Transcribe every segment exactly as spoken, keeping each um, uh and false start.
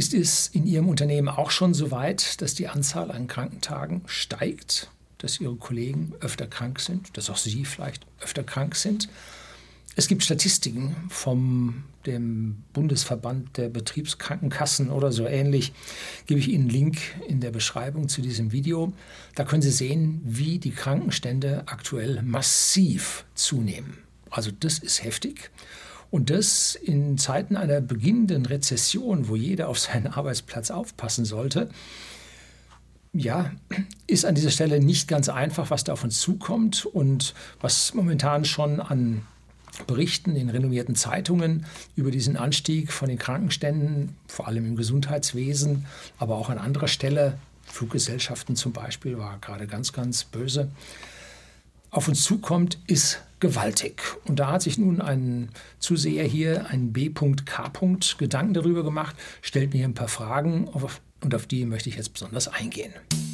Ist es in Ihrem Unternehmen auch schon so weit, dass die Anzahl an Krankentagen steigt, dass Ihre Kollegen öfter krank sind, dass auch Sie vielleicht öfter krank sind? Es gibt Statistiken vom dem Bundesverband der Betriebskrankenkassen oder so ähnlich. Gebe ich Ihnen einen Link in der Beschreibung zu diesem Video. Da können Sie sehen, wie die Krankenstände aktuell massiv zunehmen. Also das ist heftig. Und das in Zeiten einer beginnenden Rezession, wo jeder auf seinen Arbeitsplatz aufpassen sollte. Ja, ist an dieser Stelle nicht ganz einfach, was da auf uns zukommt und was momentan schon an Berichten in renommierten Zeitungen über diesen Anstieg von den Krankenständen, vor allem im Gesundheitswesen, aber auch an anderer Stelle, Fluggesellschaften zum Beispiel, war gerade ganz, ganz böse, auf uns zukommt, ist gewaltig. Und da hat sich nun ein Zuseher hier, ein B K. Gedanken darüber gemacht, stellt mir ein paar Fragen und auf die möchte ich jetzt besonders eingehen.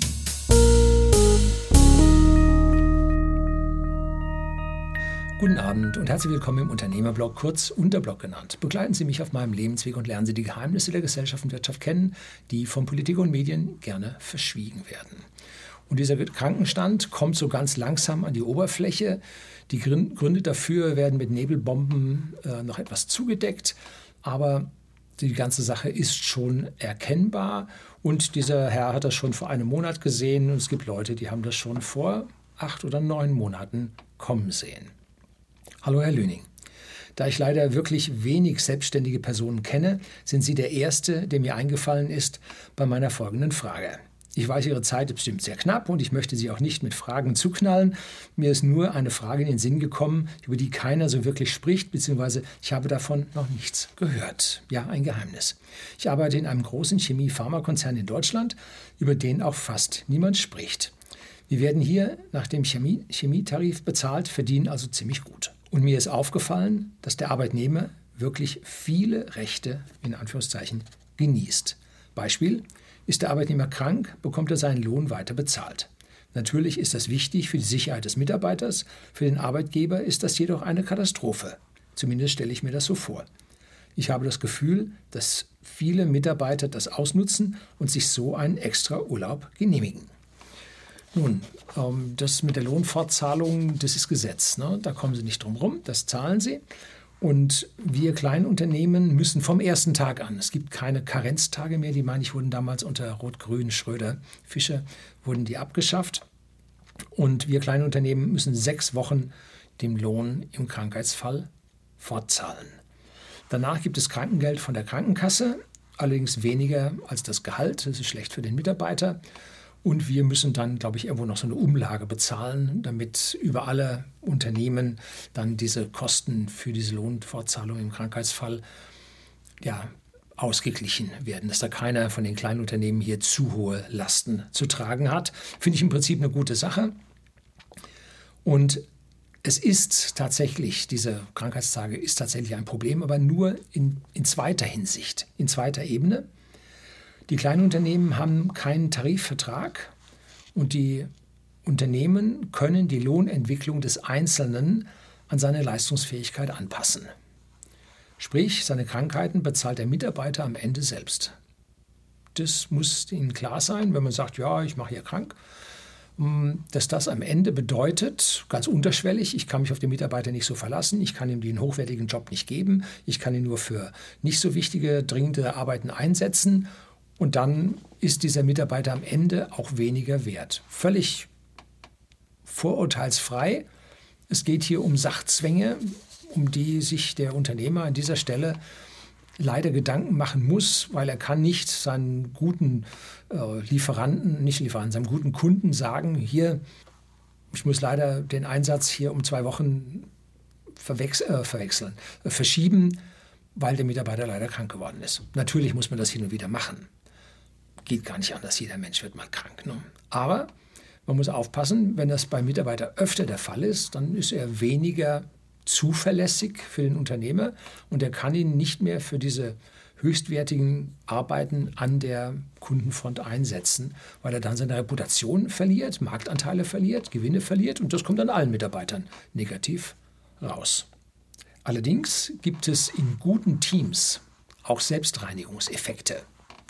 Guten Abend und herzlich willkommen im Unternehmerblog, kurz Unterblog genannt. Begleiten Sie mich auf meinem Lebensweg und lernen Sie die Geheimnisse der Gesellschaft und Wirtschaft kennen, die von Politik und Medien gerne verschwiegen werden. Und dieser Krankenstand kommt so ganz langsam an die Oberfläche. Die Gründe dafür werden mit Nebelbomben äh, noch etwas zugedeckt, aber die ganze Sache ist schon erkennbar. Und dieser Herr hat das schon vor einem Monat gesehen und es gibt Leute, die haben das schon vor acht oder neun Monaten kommen sehen. Hallo Herr Lüning. Da ich leider wirklich wenig selbstständige Personen kenne, sind Sie der Erste, der mir eingefallen ist bei meiner folgenden Frage. Ich weiß, Ihre Zeit ist bestimmt sehr knapp und ich möchte Sie auch nicht mit Fragen zuknallen. Mir ist nur eine Frage in den Sinn gekommen, über die keiner so wirklich spricht, beziehungsweise ich habe davon noch nichts gehört. Ja, ein Geheimnis. Ich arbeite in einem großen Chemie-Pharmakonzern in Deutschland, über den auch fast niemand spricht. Wir werden hier nach dem Chemie- Chemietarif bezahlt, verdienen also ziemlich gut. Und mir ist aufgefallen, dass der Arbeitnehmer wirklich viele Rechte, in Anführungszeichen, genießt. Beispiel: Ist der Arbeitnehmer krank, bekommt er seinen Lohn weiter bezahlt. Natürlich ist das wichtig für die Sicherheit des Mitarbeiters, für den Arbeitgeber ist das jedoch eine Katastrophe. Zumindest stelle ich mir das so vor. Ich habe das Gefühl, dass viele Mitarbeiter das ausnutzen und sich so einen extra Urlaub genehmigen. Nun, ähm, das mit der Lohnfortzahlung, das ist Gesetz, ne? Da kommen Sie nicht drum rum, das zahlen Sie. Und wir Kleinunternehmen müssen vom ersten Tag an, es gibt keine Karenztage mehr, die meine ich wurden damals unter Rot-Grün, Schröder, Fischer, wurden die abgeschafft. Und wir Kleinunternehmen müssen sechs Wochen den Lohn im Krankheitsfall fortzahlen. Danach gibt es Krankengeld von der Krankenkasse, allerdings weniger als das Gehalt, das ist schlecht für den Mitarbeiter. Und wir müssen dann, glaube ich, irgendwo noch so eine Umlage bezahlen, damit über alle Unternehmen dann diese Kosten für diese Lohnfortzahlung im Krankheitsfall ja, ausgeglichen werden, dass da keiner von den kleinen Unternehmen hier zu hohe Lasten zu tragen hat. Finde ich im Prinzip eine gute Sache. Und es ist tatsächlich, diese Krankheitstage ist tatsächlich ein Problem, aber nur in, in zweiter Hinsicht, in zweiter Ebene. Die kleinen Unternehmen haben keinen Tarifvertrag und die Unternehmen können die Lohnentwicklung des Einzelnen an seine Leistungsfähigkeit anpassen. Sprich, seine Krankheiten bezahlt der Mitarbeiter am Ende selbst. Das muss Ihnen klar sein, wenn man sagt, ja, ich mache hier krank, dass das am Ende bedeutet, ganz unterschwellig, ich kann mich auf den Mitarbeiter nicht so verlassen, ich kann ihm den hochwertigen Job nicht geben, ich kann ihn nur für nicht so wichtige, dringende Arbeiten einsetzen. Und dann ist dieser Mitarbeiter am Ende auch weniger wert. Völlig vorurteilsfrei. Es geht hier um Sachzwänge, um die sich der Unternehmer an dieser Stelle leider Gedanken machen muss, weil er kann nicht seinen guten äh, Lieferanten, nicht Lieferanten, seinem guten Kunden sagen, hier, ich muss leider den Einsatz hier um zwei Wochen verwechs- äh, verwechseln, äh, verschieben, weil der Mitarbeiter leider krank geworden ist. Natürlich muss man das hin und wieder machen. Geht gar nicht anders, jeder Mensch wird mal krank. Ne? Aber man muss aufpassen, wenn das beim Mitarbeiter öfter der Fall ist, dann ist er weniger zuverlässig für den Unternehmer und er kann ihn nicht mehr für diese höchstwertigen Arbeiten an der Kundenfront einsetzen, weil er dann seine Reputation verliert, Marktanteile verliert, Gewinne verliert und das kommt an allen Mitarbeitern negativ raus. Allerdings gibt es in guten Teams auch Selbstreinigungseffekte.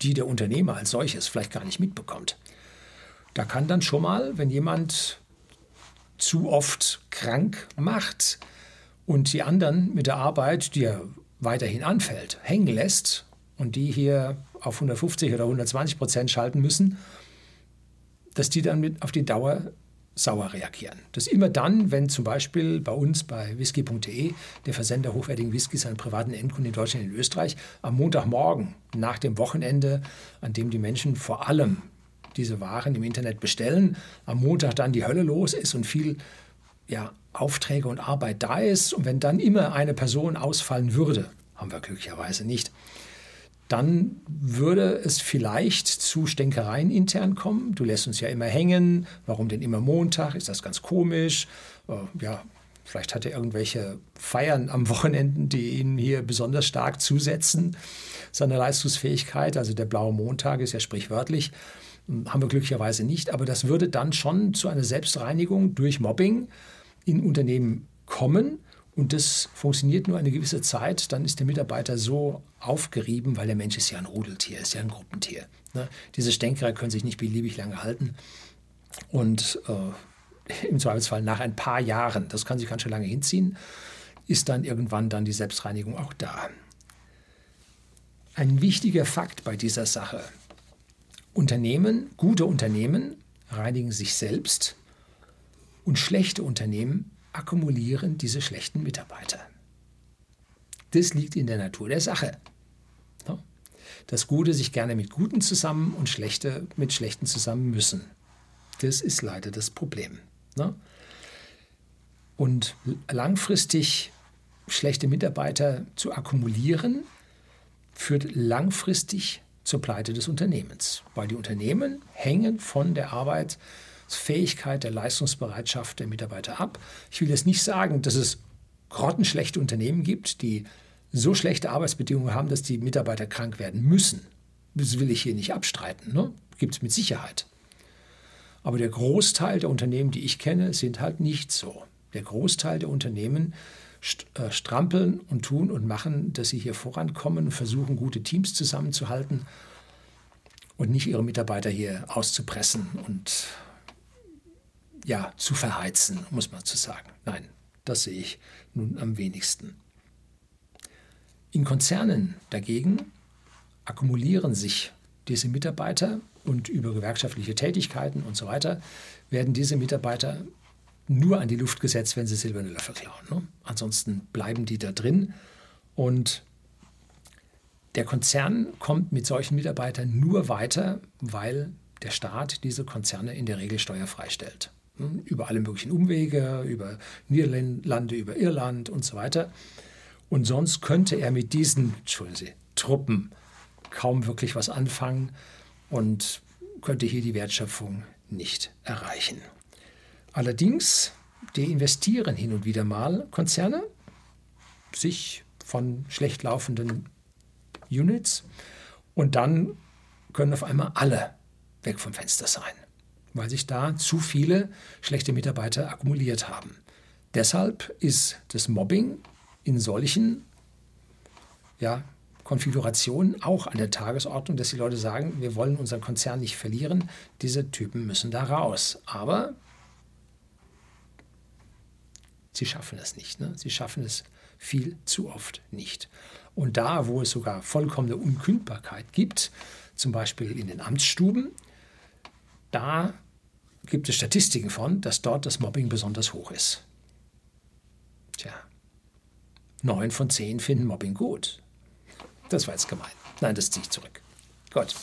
die der Unternehmer als solches vielleicht gar nicht mitbekommt. Da kann dann schon mal, wenn jemand zu oft krank macht und die anderen mit der Arbeit, die er weiterhin anfällt, hängen lässt und die hier auf hundertfünfzig oder hundertzwanzig Prozent schalten müssen, dass die dann mit auf die Dauer sauer reagieren. Das immer dann, wenn zum Beispiel bei uns bei whisky punkt de, der Versender hochwertigen Whiskys an privaten Endkunden in Deutschland und in Österreich, am Montagmorgen nach dem Wochenende, an dem die Menschen vor allem diese Waren im Internet bestellen, am Montag dann die Hölle los ist und viel ja, Aufträge und Arbeit da ist. Und wenn dann immer eine Person ausfallen würde, haben wir glücklicherweise nicht, dann würde es vielleicht zu Stänkereien intern kommen. Du lässt uns ja immer hängen. Warum denn immer Montag? Ist das ganz komisch? Äh, ja, vielleicht hat er irgendwelche Feiern am Wochenenden, die ihn hier besonders stark zusetzen, seine Leistungsfähigkeit. Also der blaue Montag ist ja sprichwörtlich. Haben wir glücklicherweise nicht. Aber das würde dann schon zu einer Selbstreinigung durch Mobbing in Unternehmen kommen. Und das funktioniert nur eine gewisse Zeit, dann ist der Mitarbeiter so aufgerieben, weil der Mensch ist ja ein Rudeltier, ist ja ein Gruppentier. Ne? Diese Stänkerer können sich nicht beliebig lange halten. Und äh, im Zweifelsfall nach ein paar Jahren, das kann sich ganz schön lange hinziehen, ist dann irgendwann dann die Selbstreinigung auch da. Ein wichtiger Fakt bei dieser Sache: Unternehmen, gute Unternehmen reinigen sich selbst und schlechte Unternehmen akkumulieren diese schlechten Mitarbeiter. Das liegt in der Natur der Sache. Dass Gute sich gerne mit Guten zusammen und Schlechte mit Schlechten zusammen müssen. Das ist leider das Problem. Und langfristig schlechte Mitarbeiter zu akkumulieren, führt langfristig zur Pleite des Unternehmens. Weil die Unternehmen hängen von der Arbeit Fähigkeit, der Leistungsbereitschaft der Mitarbeiter ab. Ich will jetzt nicht sagen, dass es grottenschlechte Unternehmen gibt, die so schlechte Arbeitsbedingungen haben, dass die Mitarbeiter krank werden müssen. Das will ich hier nicht abstreiten. Ne? Gibt es mit Sicherheit. Aber der Großteil der Unternehmen, die ich kenne, sind halt nicht so. Der Großteil der Unternehmen strampeln und tun und machen, dass sie hier vorankommen und versuchen, gute Teams zusammenzuhalten und nicht ihre Mitarbeiter hier auszupressen und ja, zu verheizen, muss man zu sagen. Nein, das sehe ich nun am wenigsten. In Konzernen dagegen akkumulieren sich diese Mitarbeiter und über gewerkschaftliche Tätigkeiten und so weiter werden diese Mitarbeiter nur an die Luft gesetzt, wenn sie silberne Löffel klauen. Ne? Ansonsten bleiben die da drin und der Konzern kommt mit solchen Mitarbeitern nur weiter, weil der Staat diese Konzerne in der Regel steuerfrei stellt. Über alle möglichen Umwege, über Niederlande, über Irland und so weiter. Und sonst könnte er mit diesen Entschuldigen Sie, Truppen kaum wirklich was anfangen und könnte hier die Wertschöpfung nicht erreichen. Allerdings deinvestieren hin und wieder mal Konzerne sich von schlecht laufenden Units und dann können auf einmal alle weg vom Fenster sein, weil sich da zu viele schlechte Mitarbeiter akkumuliert haben. Deshalb ist das Mobbing in solchen ja, Konfigurationen auch an der Tagesordnung, dass die Leute sagen, wir wollen unseren Konzern nicht verlieren, diese Typen müssen da raus. Aber sie schaffen es nicht. Ne? Sie schaffen es viel zu oft nicht. Und da, wo es sogar vollkommene Unkündbarkeit gibt, zum Beispiel in den Amtsstuben, da gibt es Statistiken von, dass dort das Mobbing besonders hoch ist. Tja, neun von zehn finden Mobbing gut. Das war jetzt gemein. Nein, das ziehe ich zurück. Gut.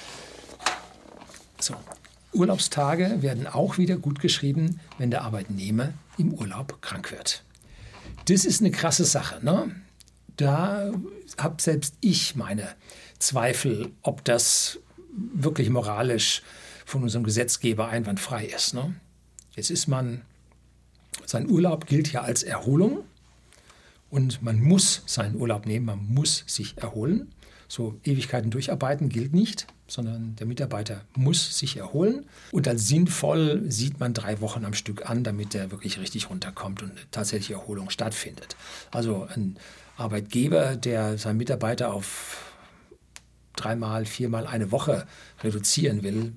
So. Urlaubstage werden auch wieder gut geschrieben, wenn der Arbeitnehmer im Urlaub krank wird. Das ist eine krasse Sache. Ne? Da habe selbst ich meine Zweifel, ob das wirklich moralisch von unserem Gesetzgeber einwandfrei ist. Ne? Jetzt ist man, sein Urlaub gilt ja als Erholung und man muss seinen Urlaub nehmen, man muss sich erholen. So Ewigkeiten durcharbeiten gilt nicht, sondern der Mitarbeiter muss sich erholen. Und als sinnvoll sieht man drei Wochen am Stück an, damit der wirklich richtig runterkommt und eine tatsächliche Erholung stattfindet. Also ein Arbeitgeber, der seinen Mitarbeiter auf dreimal, viermal eine Woche reduzieren will,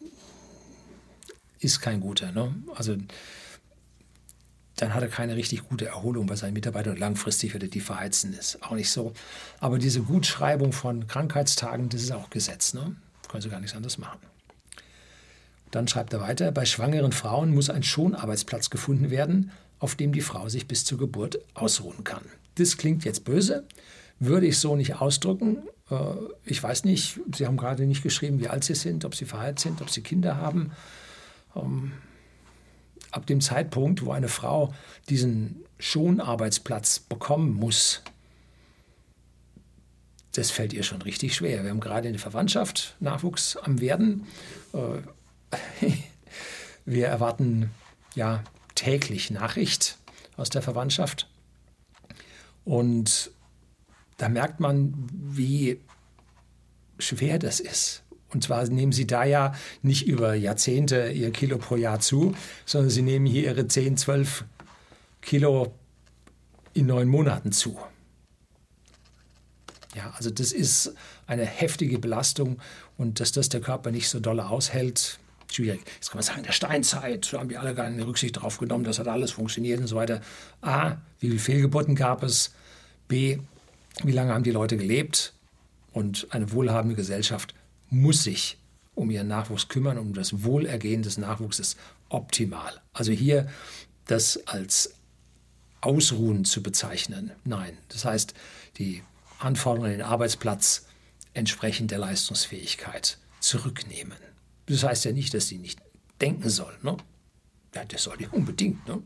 ist kein guter. Ne? Also dann hat er keine richtig gute Erholung bei seinen Mitarbeitern und langfristig wird er die verheizen. Ist auch nicht so. Aber diese Gutschreibung von Krankheitstagen, das ist auch Gesetz. Ne? Können sie gar nichts anderes machen. Dann schreibt er weiter, bei schwangeren Frauen muss ein Schonarbeitsplatz gefunden werden, auf dem die Frau sich bis zur Geburt ausruhen kann. Das klingt jetzt böse, würde ich so nicht ausdrücken. Ich weiß nicht, Sie haben gerade nicht geschrieben, wie alt Sie sind, ob Sie verheiratet sind, ob Sie Kinder haben. Ab dem Zeitpunkt, wo eine Frau diesen Schonarbeitsplatz bekommen muss, das fällt ihr schon richtig schwer. Wir haben gerade in der Verwandtschaft Nachwuchs am Werden. Wir erwarten ja täglich Nachricht aus der Verwandtschaft. Und da merkt man, wie schwer das ist. Und zwar nehmen sie da ja nicht über Jahrzehnte ihr Kilo pro Jahr zu, sondern sie nehmen hier ihre zehn, zwölf Kilo in neun Monaten zu. Ja, also das ist eine heftige Belastung und dass das der Körper nicht so doll aushält, schwierig. Jetzt kann man sagen, in der Steinzeit, da haben die alle gar keine Rücksicht drauf genommen, das hat alles funktioniert und so weiter. A, wie viele Fehlgeburten gab es? B, wie lange haben die Leute gelebt? Und eine wohlhabende Gesellschaft muss sich um ihren Nachwuchs kümmern, um das Wohlergehen des Nachwuchses optimal. Also hier das als Ausruhen zu bezeichnen, nein. Das heißt, die Anforderungen an den Arbeitsplatz entsprechend der Leistungsfähigkeit zurücknehmen. Das heißt ja nicht, dass sie nicht denken soll. Ne? Ja, das soll die unbedingt. Ne?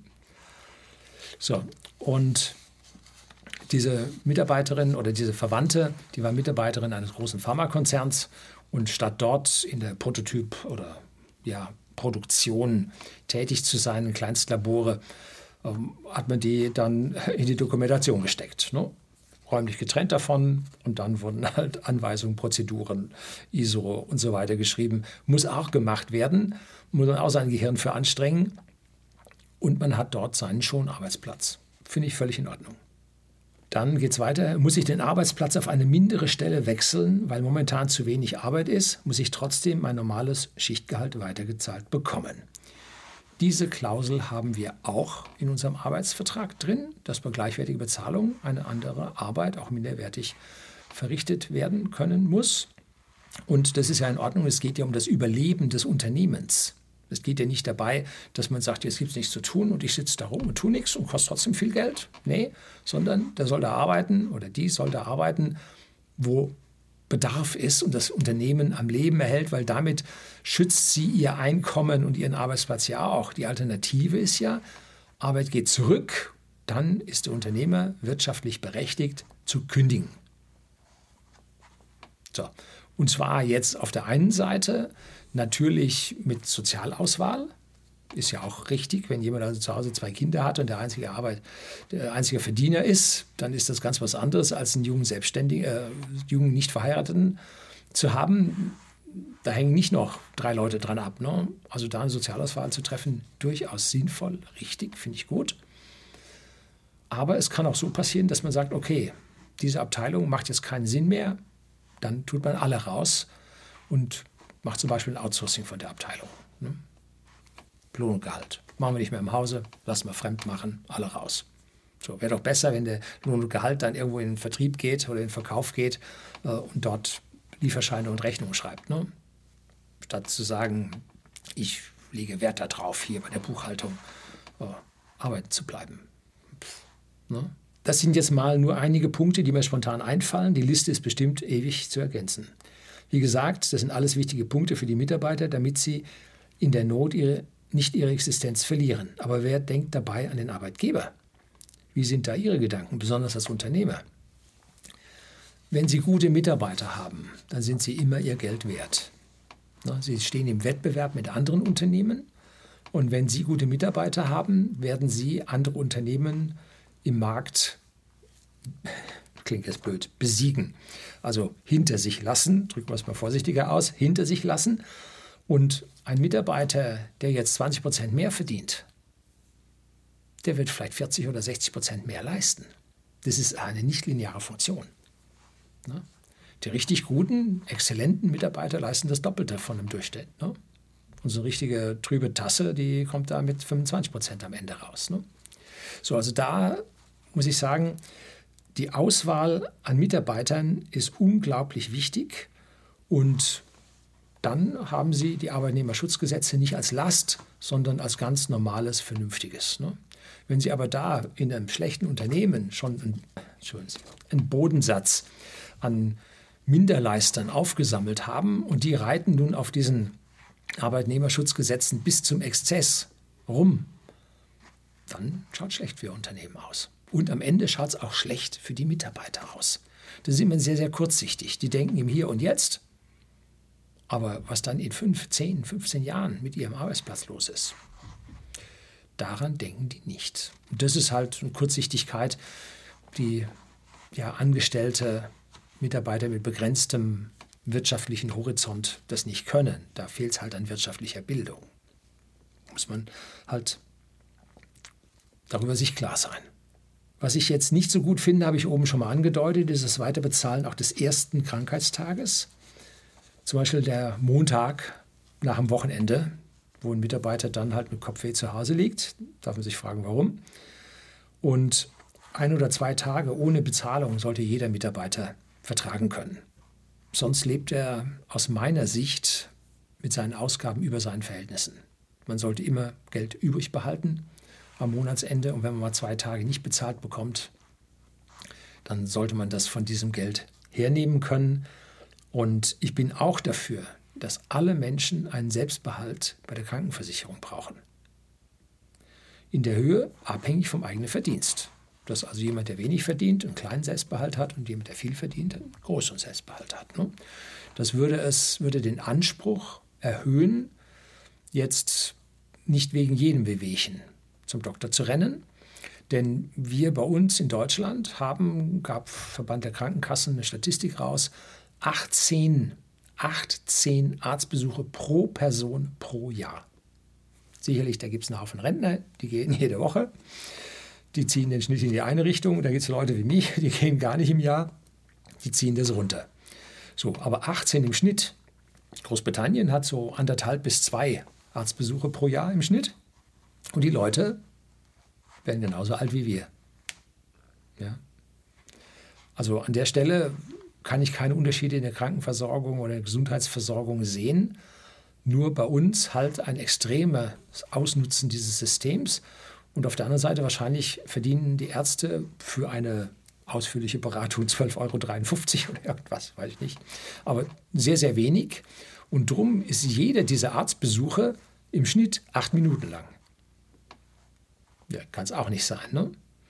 So, und diese Mitarbeiterin oder diese Verwandte, die war Mitarbeiterin eines großen Pharmakonzerns und statt dort in der Prototyp- oder ja, Produktion tätig zu sein, in Kleinstlabore, ähm, hat man die dann in die Dokumentation gesteckt. Ne? Räumlich getrennt davon und dann wurden halt Anweisungen, Prozeduren, I S O und so weiter geschrieben. Muss auch gemacht werden, muss man auch sein Gehirn für anstrengen und man hat dort seinen Schonarbeitsplatz. Finde ich völlig in Ordnung. Dann geht es weiter. Muss ich den Arbeitsplatz auf eine mindere Stelle wechseln, weil momentan zu wenig Arbeit ist, muss ich trotzdem mein normales Schichtgehalt weitergezahlt bekommen. Diese Klausel haben wir auch in unserem Arbeitsvertrag drin, dass bei gleichwertiger Bezahlung eine andere Arbeit auch minderwertig verrichtet werden können muss. Und das ist ja in Ordnung, es geht ja um das Überleben des Unternehmens. Es geht ja nicht dabei, dass man sagt, jetzt gibt es nichts zu tun und ich sitze da rum und tue nichts und kostet trotzdem viel Geld. Nee, sondern der soll da arbeiten oder die soll da arbeiten, wo Bedarf ist und das Unternehmen am Leben erhält, weil damit schützt sie ihr Einkommen und ihren Arbeitsplatz ja auch. Die Alternative ist ja, Arbeit geht zurück, dann ist der Unternehmer wirtschaftlich berechtigt zu kündigen. So. Und zwar jetzt auf der einen Seite natürlich mit Sozialauswahl. Ist ja auch richtig, wenn jemand also zu Hause zwei Kinder hat und der einzige Arbeit, der einzige Verdiener ist, dann ist das ganz was anderes, als einen jungen Selbstständigen, äh, jungen nicht Verheirateten zu haben. Da hängen nicht noch drei Leute dran ab. Ne? Also da eine Sozialauswahl zu treffen, durchaus sinnvoll, richtig, finde ich gut. Aber es kann auch so passieren, dass man sagt, okay, diese Abteilung macht jetzt keinen Sinn mehr, dann tut man alle raus und macht zum Beispiel ein Outsourcing von der Abteilung. Ne? Lohn und Gehalt. Machen wir nicht mehr im Hause, lassen wir fremd machen, alle raus. So, wäre doch besser, wenn der Lohn und Gehalt dann irgendwo in den Vertrieb geht oder in den Verkauf geht äh, und dort Lieferscheine und Rechnungen schreibt. Ne? Statt zu sagen, ich lege Wert darauf, hier bei der Buchhaltung äh, arbeiten zu bleiben. Pff, ne? Das sind jetzt mal nur einige Punkte, die mir spontan einfallen. Die Liste ist bestimmt ewig zu ergänzen. Wie gesagt, das sind alles wichtige Punkte für die Mitarbeiter, damit sie in der Not ihre nicht ihre Existenz verlieren. Aber wer denkt dabei an den Arbeitgeber? Wie sind da Ihre Gedanken, besonders als Unternehmer? Wenn Sie gute Mitarbeiter haben, dann sind sie immer ihr Geld wert. Sie stehen im Wettbewerb mit anderen Unternehmen und wenn Sie gute Mitarbeiter haben, werden Sie andere Unternehmen im Markt, klingt jetzt blöd, besiegen. Also hinter sich lassen, drücken wir es mal vorsichtiger aus, hinter sich lassen. Und ein Mitarbeiter, der jetzt zwanzig Prozent mehr verdient, der wird vielleicht vierzig oder sechzig Prozent mehr leisten. Das ist eine nichtlineare Funktion. Die richtig guten, exzellenten Mitarbeiter leisten das Doppelte von einem Durchschnitt. Ne? Und so eine richtige trübe Tasse, die kommt da mit fünfundzwanzig Prozent am Ende raus. Ne? So, also da muss ich sagen, die Auswahl an Mitarbeitern ist unglaublich wichtig. Und dann haben Sie die Arbeitnehmerschutzgesetze nicht als Last, sondern als ganz normales, vernünftiges. Ne? Wenn Sie aber da in einem schlechten Unternehmen schon einen, einen Bodensatz an Minderleistern aufgesammelt haben und die reiten nun auf diesen Arbeitnehmerschutzgesetzen bis zum Exzess rum, dann schaut es schlecht für Ihr Unternehmen aus. Und am Ende schaut es auch schlecht für die Mitarbeiter aus. Das ist immer sehr, sehr kurzsichtig. Die denken im Hier und Jetzt, aber was dann in fünf, zehn, fünfzehn Jahren mit ihrem Arbeitsplatz los ist, daran denken die nicht. Und das ist halt eine Kurzsichtigkeit, die ja, angestellte Mitarbeiter mit begrenztem wirtschaftlichen Horizont das nicht können. Da fehlt es halt an wirtschaftlicher Bildung. Muss man halt darüber sich klar sein. Was ich jetzt nicht so gut finde, habe ich oben schon mal angedeutet, ist das Weiterbezahlen auch des ersten Krankheitstages. Zum Beispiel der Montag nach dem Wochenende, wo ein Mitarbeiter dann halt mit Kopfweh zu Hause liegt. Darf man sich fragen, warum. Und ein oder zwei Tage ohne Bezahlung sollte jeder Mitarbeiter vertragen können. Sonst lebt er aus meiner Sicht mit seinen Ausgaben über seinen Verhältnissen. Man sollte immer Geld übrig behalten am Monatsende. Und wenn man mal zwei Tage nicht bezahlt bekommt, dann sollte man das von diesem Geld hernehmen können. Und ich bin auch dafür, dass alle Menschen einen Selbstbehalt bei der Krankenversicherung brauchen. In der Höhe abhängig vom eigenen Verdienst. Dass also jemand, der wenig verdient, einen kleinen Selbstbehalt hat und jemand, der viel verdient, einen großen Selbstbehalt hat. Ne? Das würde, es, würde den Anspruch erhöhen, jetzt nicht wegen jedem Wehwehchen zum Doktor zu rennen. Denn wir bei uns in Deutschland haben, gab Verband der Krankenkassen eine Statistik raus, achtzehn, achtzehn Arztbesuche pro Person pro Jahr. Sicherlich, da gibt es einen Haufen Rentner, die gehen jede Woche. Die ziehen den Schnitt in die eine Richtung. Da gibt es Leute wie mich, die gehen gar nicht im Jahr. Die ziehen das runter. So, aber achtzehn im Schnitt. Großbritannien hat so anderthalb bis zwei Arztbesuche pro Jahr im Schnitt. Und die Leute werden genauso alt wie wir. Ja. Also an der Stelle kann ich keine Unterschiede in der Krankenversorgung oder der Gesundheitsversorgung sehen. Nur bei uns halt ein extremes Ausnutzen dieses Systems. Und auf der anderen Seite wahrscheinlich verdienen die Ärzte für eine ausführliche Beratung zwölf Euro dreiundfünfzig oder irgendwas, weiß ich nicht. Aber sehr, sehr wenig. Und drum ist jeder dieser Arztbesuche im Schnitt acht Minuten lang. Ja, kann es auch nicht sein, ne?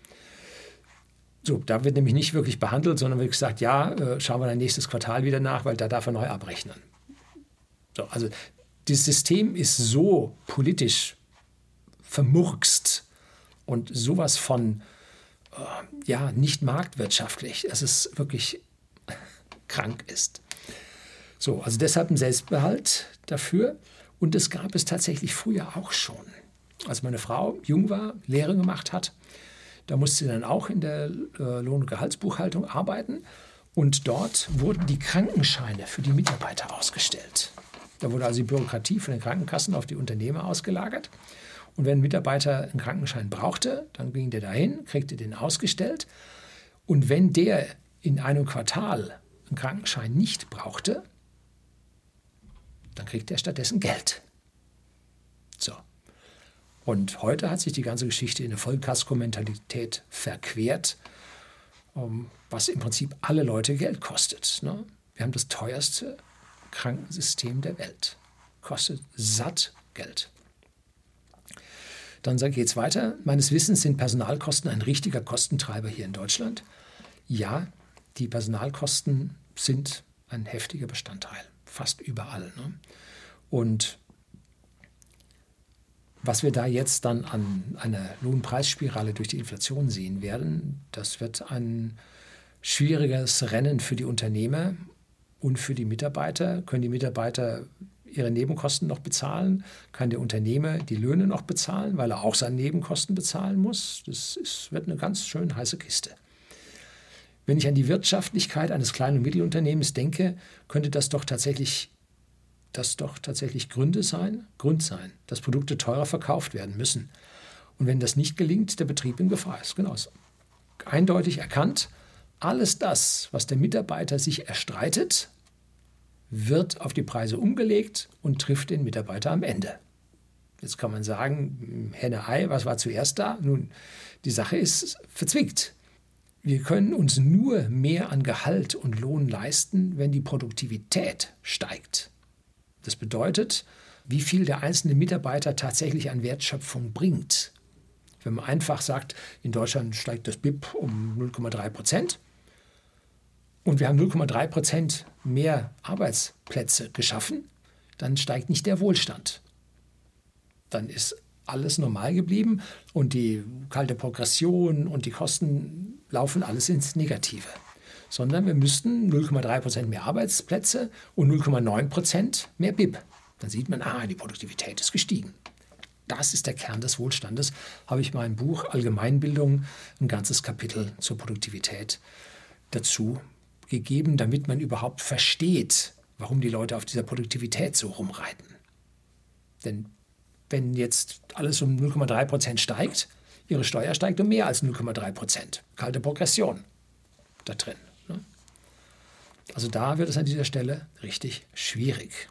So, da wird nämlich nicht wirklich behandelt, sondern wird gesagt, ja, äh, schauen wir dann nächstes Quartal wieder nach, weil da darf er neu abrechnen. So, also das System ist so politisch vermurkst und sowas von äh, ja, nicht marktwirtschaftlich, dass es wirklich krank ist. So, also deshalb ein Selbstbehalt dafür. Und das gab es tatsächlich früher auch schon. Als meine Frau jung war, Lehre gemacht hat, da musste sie dann auch in der äh, Lohn- und Gehaltsbuchhaltung arbeiten. Und dort wurden die Krankenscheine für die Mitarbeiter ausgestellt. Da wurde also die Bürokratie von den Krankenkassen auf die Unternehmer ausgelagert. Und wenn ein Mitarbeiter einen Krankenschein brauchte, dann ging der dahin, kriegte den ausgestellt. Und wenn der in einem Quartal einen Krankenschein nicht brauchte, dann kriegt er stattdessen Geld. So. Und heute hat sich die ganze Geschichte in eine Vollkasko-Mentalität verquert, was im Prinzip alle Leute Geld kostet. Ne? Wir haben das teuerste Krankensystem der Welt. Kostet satt Geld. Dann geht es weiter. Meines Wissens sind Personalkosten ein richtiger Kostentreiber hier in Deutschland. Ja, die Personalkosten sind ein heftiger Bestandteil. Fast überall. Ne? Und was wir da jetzt dann an einer Lohnpreisspirale durch die Inflation sehen werden, das wird ein schwieriges Rennen für die Unternehmer und für die Mitarbeiter. Können die Mitarbeiter ihre Nebenkosten noch bezahlen? Kann der Unternehmer die Löhne noch bezahlen, weil er auch seine Nebenkosten bezahlen muss? Das ist, wird eine ganz schön heiße Kiste. Wenn ich an die Wirtschaftlichkeit eines kleinen und Mittelunternehmens denke, könnte das doch tatsächlich, das doch tatsächlich Gründe sein, Grund sein, dass Produkte teurer verkauft werden müssen. Und wenn das nicht gelingt, der Betrieb in Gefahr ist. Genau. Eindeutig erkannt, alles das, was der Mitarbeiter sich erstreitet, wird auf die Preise umgelegt und trifft den Mitarbeiter am Ende. Jetzt kann man sagen, Henne-Ei, was war zuerst da? Nun, die Sache ist verzwickt. Wir können uns nur mehr an Gehalt und Lohn leisten, wenn die Produktivität steigt. Das bedeutet, wie viel der einzelne Mitarbeiter tatsächlich an Wertschöpfung bringt. Wenn man einfach sagt, in Deutschland steigt das B I P um null Komma drei Prozent und wir haben null Komma drei Prozent mehr Arbeitsplätze geschaffen, dann steigt nicht der Wohlstand. Dann ist alles normal geblieben und die kalte Progression und die Kosten laufen alles ins Negative. Sondern wir müssten null Komma drei Prozent mehr Arbeitsplätze und null Komma neun Prozent mehr B I P. Dann sieht man, ah, die Produktivität ist gestiegen. Das ist der Kern des Wohlstandes. Habe ich mein Buch Allgemeinbildung ein ganzes Kapitel zur Produktivität dazu gegeben, damit man überhaupt versteht, warum die Leute auf dieser Produktivität so rumreiten. Denn wenn jetzt alles um null Komma drei Prozent steigt, ihre Steuer steigt um mehr als null Komma drei Prozent. Kalte Progression da drin. Ne? Also da wird es an dieser Stelle richtig schwierig.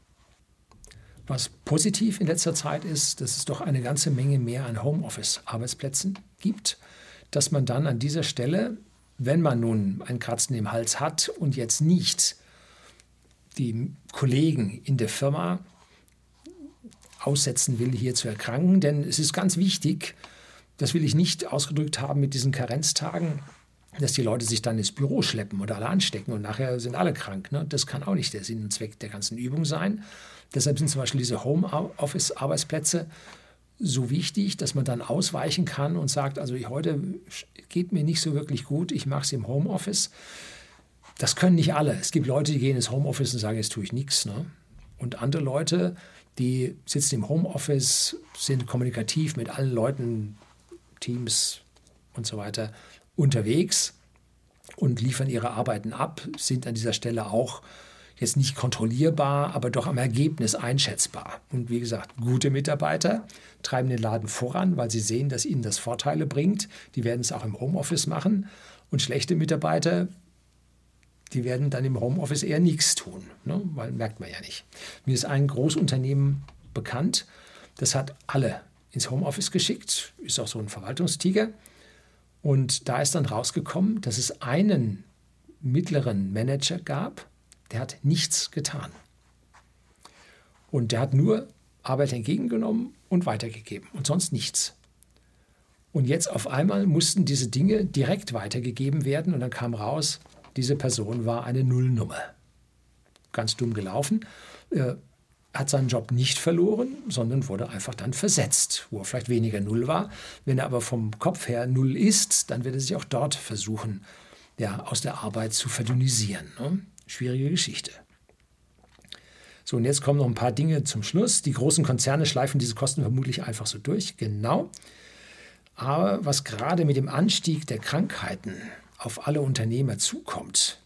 Was positiv in letzter Zeit ist, dass es doch eine ganze Menge mehr an Homeoffice-Arbeitsplätzen gibt, dass man dann an dieser Stelle, wenn man nun ein Kratzen im Hals hat und jetzt nicht die Kollegen in der Firma aussetzen will, hier zu erkranken. Denn es ist ganz wichtig, das will ich nicht ausgedrückt haben mit diesen Karenztagen, dass die Leute sich dann ins Büro schleppen oder alle anstecken und nachher sind alle krank. Ne? Das kann auch nicht der Sinn und Zweck der ganzen Übung sein. Deshalb sind zum Beispiel diese Homeoffice-Arbeitsplätze so wichtig, dass man dann ausweichen kann und sagt, also heute geht mir nicht so wirklich gut, ich mache es im Homeoffice. Das können nicht alle. Es gibt Leute, die gehen ins Homeoffice und sagen, jetzt tue ich nichts. Ne? Und andere Leute, die sitzen im Homeoffice, sind kommunikativ mit allen Leuten, Teams und so weiter unterwegs und liefern ihre Arbeiten ab, sind an dieser Stelle auch jetzt nicht kontrollierbar, aber doch am Ergebnis einschätzbar. Und wie gesagt, gute Mitarbeiter treiben den Laden voran, weil sie sehen, dass ihnen das Vorteile bringt. Die werden es auch im Homeoffice machen. Und schlechte Mitarbeiter, die werden dann im Homeoffice eher nichts tun, ne? Weil merkt man ja nicht. Mir ist ein Großunternehmen bekannt, das hat alle ins Homeoffice geschickt, ist auch so ein Verwaltungstiger. Und da ist dann rausgekommen, dass es einen mittleren Manager gab, der hat nichts getan. Und der hat nur Arbeit entgegengenommen und weitergegeben und sonst nichts. Und jetzt auf einmal mussten diese Dinge direkt weitergegeben werden und dann kam raus, diese Person war eine Nullnummer. Ganz dumm gelaufen, äh, hat seinen Job nicht verloren, sondern wurde einfach dann versetzt, wo er vielleicht weniger Null war. Wenn er aber vom Kopf her Null ist, dann wird er sich auch dort versuchen, ja, aus der Arbeit zu verdünnisieren. Ne? Schwierige Geschichte. So, und jetzt kommen noch ein paar Dinge zum Schluss. Die großen Konzerne schleifen diese Kosten vermutlich einfach so durch, genau. Aber was gerade mit dem Anstieg der Krankheiten auf alle Unternehmer zukommt,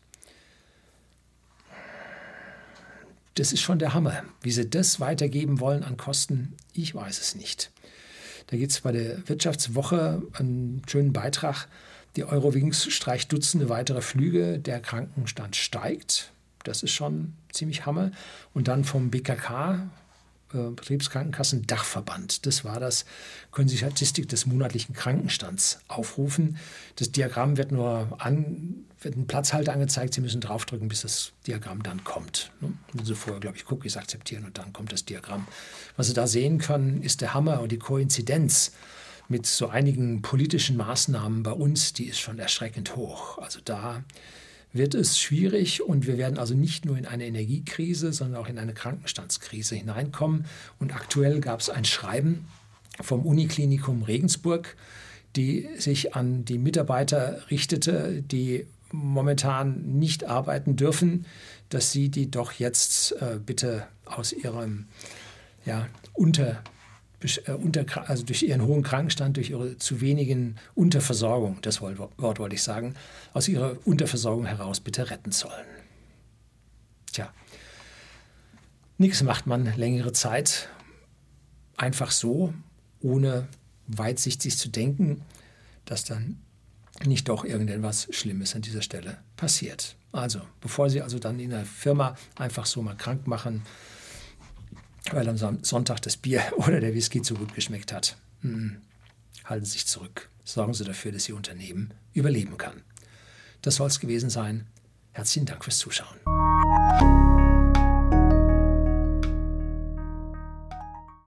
das ist schon der Hammer. Wie sie das weitergeben wollen an Kosten, ich weiß es nicht. Da gibt es bei der Wirtschaftswoche einen schönen Beitrag. Die Eurowings streicht Dutzende weitere Flüge, der Krankenstand steigt. Das ist schon ziemlich Hammer. Und dann vom B K K, äh, Betriebskrankenkassen-Dachverband. Das war das, können Sie Statistik des monatlichen Krankenstands aufrufen. Das Diagramm wird nur an, wird ein Platzhalter angezeigt. Sie müssen draufdrücken, bis das Diagramm dann kommt. Ne? Wenn Sie vorher, glaube ich, Cookies akzeptieren und dann kommt das Diagramm. Was Sie da sehen können, ist der Hammer und die Koinzidenz mit so einigen politischen Maßnahmen bei uns, die ist schon erschreckend hoch. Also da wird es schwierig und wir werden also nicht nur in eine Energiekrise, sondern auch in eine Krankenstandskrise hineinkommen. Und aktuell gab es ein Schreiben vom Uniklinikum Regensburg, die sich an die Mitarbeiter richtete, die momentan nicht arbeiten dürfen, dass sie die doch jetzt äh, bitte aus ihrem ja, unter also durch ihren hohen Krankenstand, durch ihre zu wenigen Unterversorgung, das Wort wollte ich sagen, aus ihrer Unterversorgung heraus bitte retten sollen. Tja, nichts macht man längere Zeit einfach so, ohne weitsichtig zu denken, dass dann nicht doch irgendetwas Schlimmes an dieser Stelle passiert. Also, bevor Sie also dann in der Firma einfach so mal krank machen, weil am Sonntag das Bier oder der Whisky zu gut geschmeckt hat, hm, halten Sie sich zurück. Sorgen Sie dafür, dass Ihr Unternehmen überleben kann. Das soll es gewesen sein. Herzlichen Dank fürs Zuschauen.